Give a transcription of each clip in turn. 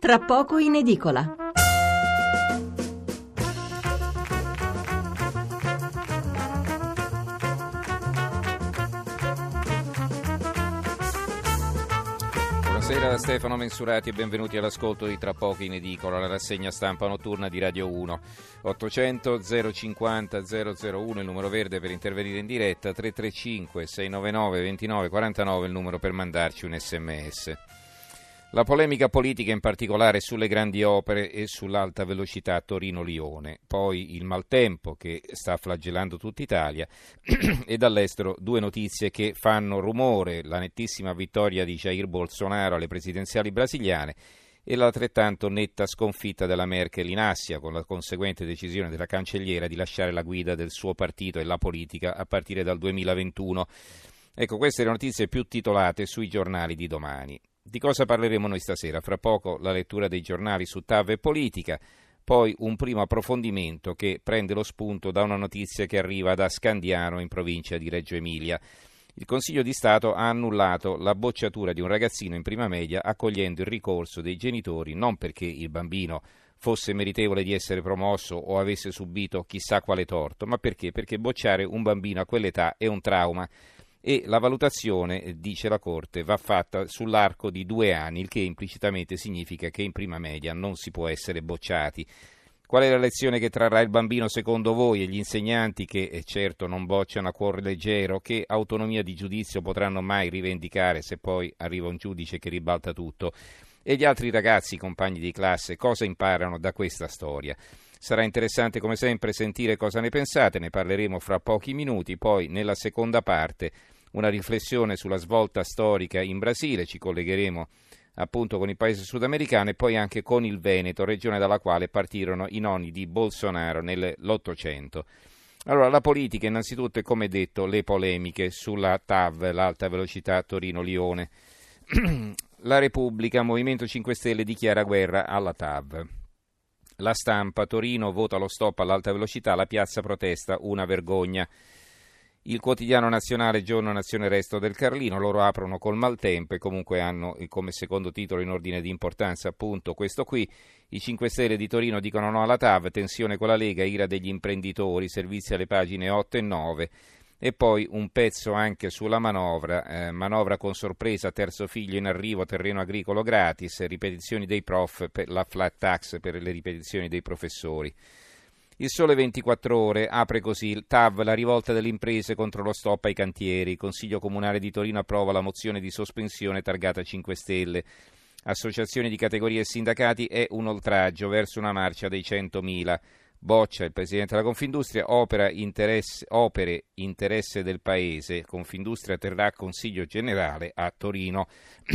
tra poco in edicola. Buonasera da Stefano Mensurati e benvenuti all'ascolto di Tra poco in edicola, la rassegna stampa notturna di Radio 1. 800 050 001 il numero verde per intervenire in diretta, 335 699 2949 il numero per mandarci un sms. La polemica politica in particolare sulle grandi opere e sull'alta velocità Torino-Lione, poi il maltempo che sta flagellando tutta Italia e dall'estero due notizie che fanno rumore: la nettissima vittoria di Jair Bolsonaro alle presidenziali brasiliane e l'altrettanto netta sconfitta della Merkel in Assia, con la conseguente decisione della cancelliera di lasciare la guida del suo partito e la politica a partire dal 2021. Ecco, queste le notizie più titolate sui giornali di domani. Di cosa parleremo noi stasera? Fra poco la lettura dei giornali su TAV e politica, poi un primo approfondimento che prende lo spunto da una notizia che arriva da Scandiano in provincia di Reggio Emilia. Il Consiglio di Stato ha annullato la bocciatura di un ragazzino in prima media accogliendo il ricorso dei genitori non perché il bambino fosse meritevole di essere promosso o avesse subito chissà quale torto, ma perché bocciare un bambino a quell'età è un trauma. E la valutazione, dice la Corte, va fatta sull'arco di 2 anni, il che implicitamente significa che in prima media non si può essere bocciati. Qual è la lezione che trarrà il bambino secondo voi e gli insegnanti che certo non bocciano a cuor leggero? Che autonomia di giudizio potranno mai rivendicare se poi arriva un giudice che ribalta tutto? E gli altri ragazzi, i compagni di classe, cosa imparano da questa storia? Sarà interessante come sempre sentire cosa ne pensate, ne parleremo fra pochi minuti, poi nella seconda parte una riflessione sulla svolta storica in Brasile, ci collegheremo appunto con il paese sudamericano e poi anche con il Veneto, regione dalla quale partirono i nonni di Bolsonaro nell'Ottocento. Allora, la politica innanzitutto e come detto le polemiche sulla TAV, l'alta velocità Torino-Lione. La Repubblica, Movimento 5 Stelle dichiara guerra alla TAV. La Stampa, Torino vota lo stop all'alta velocità, la piazza protesta, una vergogna. Il Quotidiano Nazionale, Giorno, Nazione, Resto del Carlino, loro aprono col maltempo e comunque hanno come secondo titolo in ordine di importanza appunto questo qui. I 5 Stelle di Torino dicono no alla TAV, tensione con la Lega, ira degli imprenditori, servizi alle pagine 8 e 9. E poi un pezzo anche sulla manovra, manovra con sorpresa, terzo figlio in arrivo, terreno agricolo gratis, ripetizioni dei prof, per la flat tax per le ripetizioni dei professori. Il Sole 24 Ore apre così: il TAV, la rivolta delle imprese contro lo stop ai cantieri. Il Consiglio Comunale di Torino approva la mozione di sospensione targata 5 Stelle. Associazioni di categorie e sindacati, è un oltraggio verso una marcia dei 100.000. Boccia il Presidente della Confindustria, opere interesse del Paese. Confindustria terrà Consiglio Generale a Torino.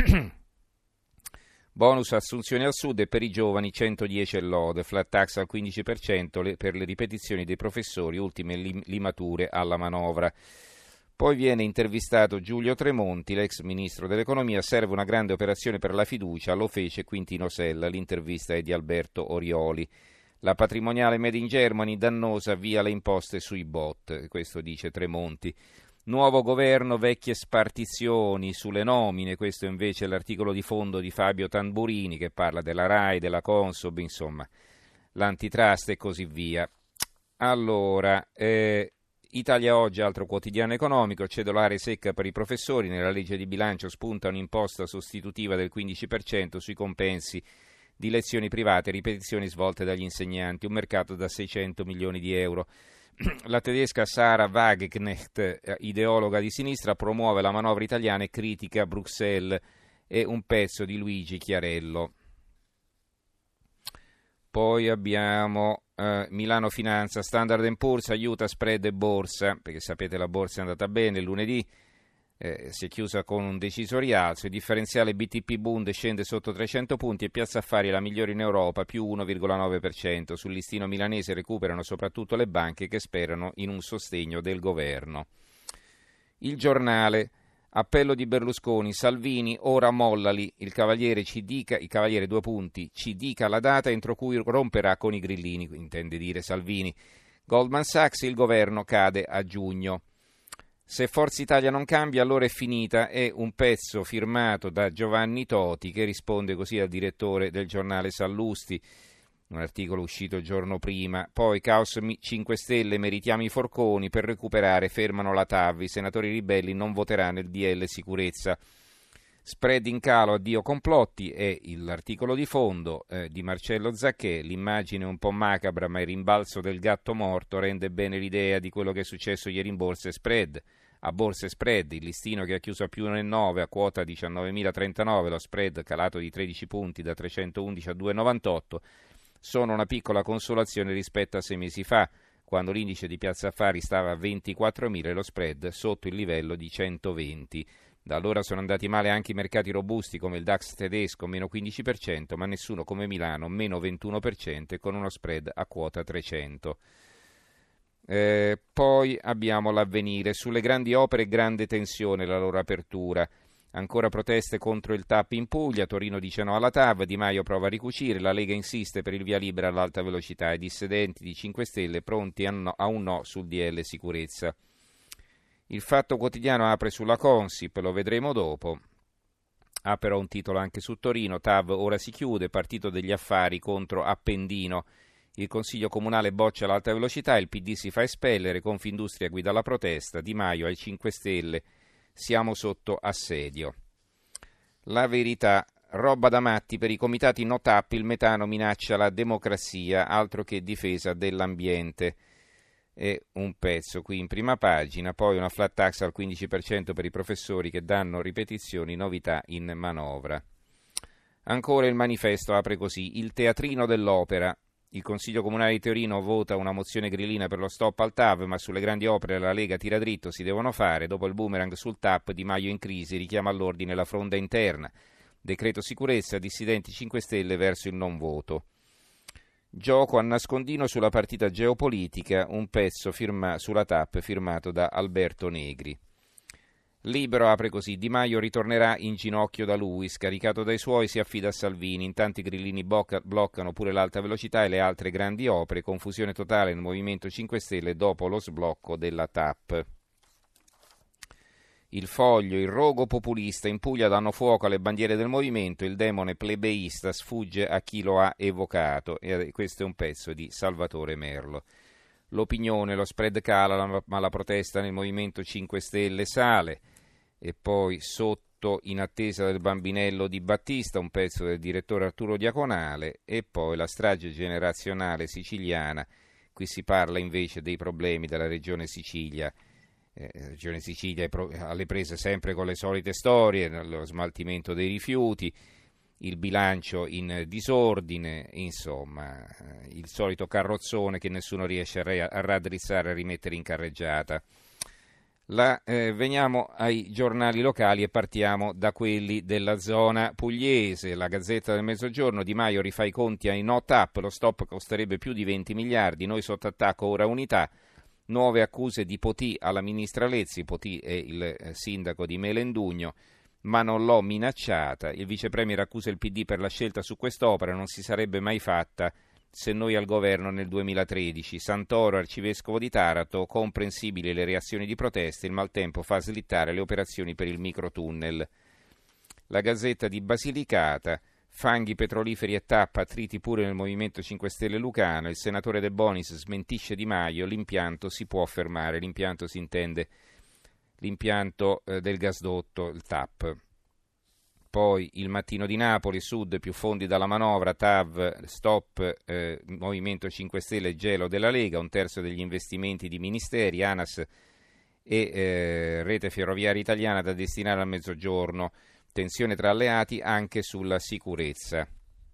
Bonus assunzioni al sud e per i giovani 110 e lode, flat tax al 15% per le ripetizioni dei professori, ultime limature alla manovra. Poi viene intervistato Giulio Tremonti, l'ex ministro dell'economia, serve una grande operazione per la fiducia, lo fece Quintino Sella, l'intervista è di Alberto Orioli. La patrimoniale Made in Germany dannosa, via le imposte sui bot, questo dice Tremonti. Nuovo governo, vecchie spartizioni sulle nomine, questo invece è l'articolo di fondo di Fabio Tamburini che parla della RAI, della Consob, insomma, l'antitrust e così via. Allora, Italia Oggi, altro quotidiano economico, cedolare secca per i professori, nella legge di bilancio spunta un'imposta sostitutiva del 15% sui compensi di lezioni private e ripetizioni svolte dagli insegnanti, un mercato da 600 milioni di euro. La tedesca Sarah Wagenknecht, ideologa di sinistra, promuove la manovra italiana e critica Bruxelles, e un pezzo di Luigi Chiarello. Poi abbiamo Milano Finanza, Standard & Poor's aiuta spread e borsa, perché sapete la borsa è andata bene, lunedì si è chiusa con un deciso rialzo, il differenziale BTP Bund scende sotto 300 punti e Piazza Affari è la migliore in Europa, più 1,9%. Sul listino milanese recuperano soprattutto le banche che sperano in un sostegno del governo. Il Giornale, appello di Berlusconi, Salvini, ora mollali, il Cavaliere ci dica la data entro cui romperà con i grillini, intende dire Salvini. Goldman Sachs, il governo cade a giugno. Se Forza Italia non cambia, allora è finita. È un pezzo firmato da Giovanni Toti, che risponde così al direttore del giornale Sallusti, un articolo uscito il giorno prima. Poi Caos 5 Stelle, meritiamo i forconi, per recuperare fermano la TAV, i senatori ribelli non voteranno il DL sicurezza. Spread in calo, addio complotti, è l'articolo di fondo di Marcello Zacchè. L'immagine un po' macabra, ma il rimbalzo del gatto morto rende bene l'idea di quello che è successo ieri in borsa e spread. A borsa e spread, il listino che ha chiuso a più 1,9 a quota 19.039, lo spread calato di 13 punti da 311 a 2,98, sono una piccola consolazione rispetto a 6 mesi fa, quando l'indice di Piazza Affari stava a 24.000 e lo spread sotto il livello di 120. Da allora sono andati male anche i mercati robusti come il DAX tedesco, meno 15%, ma nessuno come Milano, meno 21% e con uno spread a quota 300. Poi abbiamo l'Avvenire. Sulle grandi opere grande tensione la loro apertura. Ancora proteste contro il TAP in Puglia, Torino dice no alla TAV, Di Maio prova a ricucire, la Lega insiste per il via libera all'alta velocità, i dissidenti di 5 Stelle pronti a un no sul DL sicurezza. Il Fatto Quotidiano apre sulla Consip, lo vedremo dopo. Ha però un titolo anche su Torino, TAV ora si chiude, partito degli affari contro Appendino. Il Consiglio Comunale boccia l'alta velocità, il PD si fa espellere, Confindustria guida la protesta, Di Maio ai 5 Stelle, siamo sotto assedio. La Verità, roba da matti per i comitati no TAP, il metano minaccia la democrazia, altro che difesa dell'ambiente. È un pezzo qui in prima pagina, poi una flat tax al 15% per i professori che danno ripetizioni, novità in manovra. Ancora il Manifesto apre così, il teatrino dell'opera. Il Consiglio Comunale di Torino vota una mozione grillina per lo stop al TAV, ma sulle grandi opere la Lega tira dritto, si devono fare. Dopo il boomerang sul TAP, Di Maio in crisi, richiama all'ordine la fronda interna. Decreto sicurezza, dissidenti 5 Stelle verso il non voto. Gioco a nascondino sulla partita geopolitica, un pezzo sulla TAP firmato da Alberto Negri. Libero apre così, Di Maio ritornerà in ginocchio da lui, scaricato dai suoi si affida a Salvini, intanto i grillini bloccano pure l'alta velocità e le altre grandi opere, confusione totale nel Movimento 5 Stelle dopo lo sblocco della TAP. Il Foglio, il rogo populista, in Puglia danno fuoco alle bandiere del movimento, il demone plebeista sfugge a chi lo ha evocato, e questo è un pezzo di Salvatore Merlo. L'Opinione, lo spread cala, ma la protesta nel Movimento 5 Stelle sale. E poi sotto, in attesa del bambinello di Battista, un pezzo del direttore Arturo Diaconale, e poi la strage generazionale siciliana. Qui si parla invece dei problemi della regione Sicilia. Regione Sicilia alle prese sempre con le solite storie, lo smaltimento dei rifiuti, il bilancio in disordine, insomma, il solito carrozzone che nessuno riesce a raddrizzare e a rimettere in carreggiata. Veniamo ai giornali locali e partiamo da quelli della zona pugliese. La Gazzetta del Mezzogiorno, Di Maio rifà i conti ai no TAP, lo stop costerebbe più di 20 miliardi, noi sotto attacco ora unità. Nuove accuse di Potì alla ministra Lezzi, Potì è il sindaco di Melendugno, ma non l'ho minacciata. Il vicepremier accusa il PD per la scelta su quest'opera, non si sarebbe mai fatta se noi al governo nel 2013. Santoro, arcivescovo di Taranto, comprensibili le reazioni di protesta, il maltempo fa slittare le operazioni per il microtunnel. La Gazzetta di Basilicata, fanghi petroliferi e TAP, attriti pure nel Movimento 5 Stelle lucano, il senatore De Bonis smentisce Di Maio, l'impianto si può fermare, l'impianto si intende l'impianto del gasdotto, il TAP. Poi il Mattino di Napoli, Sud, più fondi dalla manovra, TAV, stop, Movimento 5 Stelle, gelo della Lega, un terzo degli investimenti di ministeri, ANAS e Rete Ferroviaria Italiana da destinare al Mezzogiorno, tensione tra alleati anche sulla sicurezza.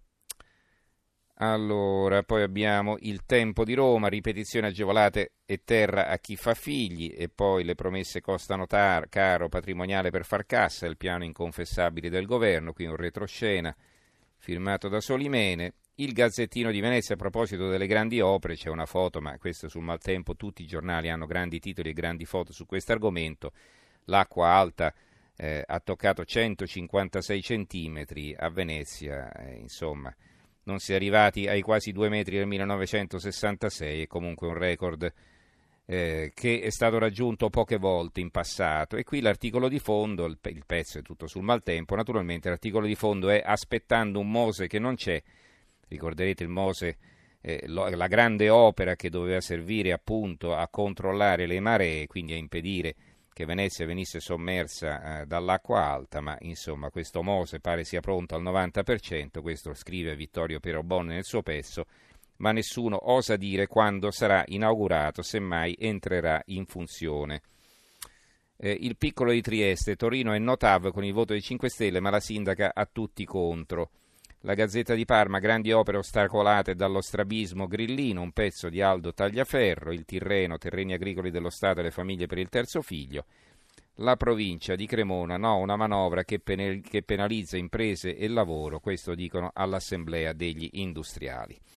Allora, poi abbiamo il Tempo di Roma, ripetizioni agevolate e terra a chi fa figli, e poi le promesse costano caro, patrimoniale per far cassa, il piano inconfessabile del governo, qui un retroscena firmato da Solimene. Il Gazzettino di Venezia, a proposito delle grandi opere, c'è una foto, ma questo sul maltempo tutti i giornali hanno grandi titoli e grandi foto su questo argomento. L'acqua alta ha toccato 156 centimetri a Venezia, insomma. Non si è arrivati ai quasi 2 metri nel 1966, è comunque un record che è stato raggiunto poche volte in passato. E qui l'articolo di fondo, il pezzo è tutto sul maltempo, naturalmente l'articolo di fondo è aspettando un Mose che non c'è. Ricorderete il Mose, la grande opera che doveva servire appunto a controllare le maree, quindi a impedire che Venezia venisse sommersa dall'acqua alta, ma insomma questo Mose pare sia pronto al 90%, questo scrive Vittorio Pierobon nel suo pezzo, ma nessuno osa dire quando sarà inaugurato, semmai entrerà in funzione. Il piccolo di Trieste, Torino è notav con il voto dei 5 Stelle, ma la sindaca a tutti contro. La Gazzetta di Parma, grandi opere ostacolate dallo strabismo grillino, un pezzo di Aldo Tagliaferro, il Tirreno, terreni agricoli dello Stato e le famiglie per il terzo figlio. La provincia di Cremona, no, una manovra che penalizza imprese e lavoro, questo dicono all'Assemblea degli Industriali.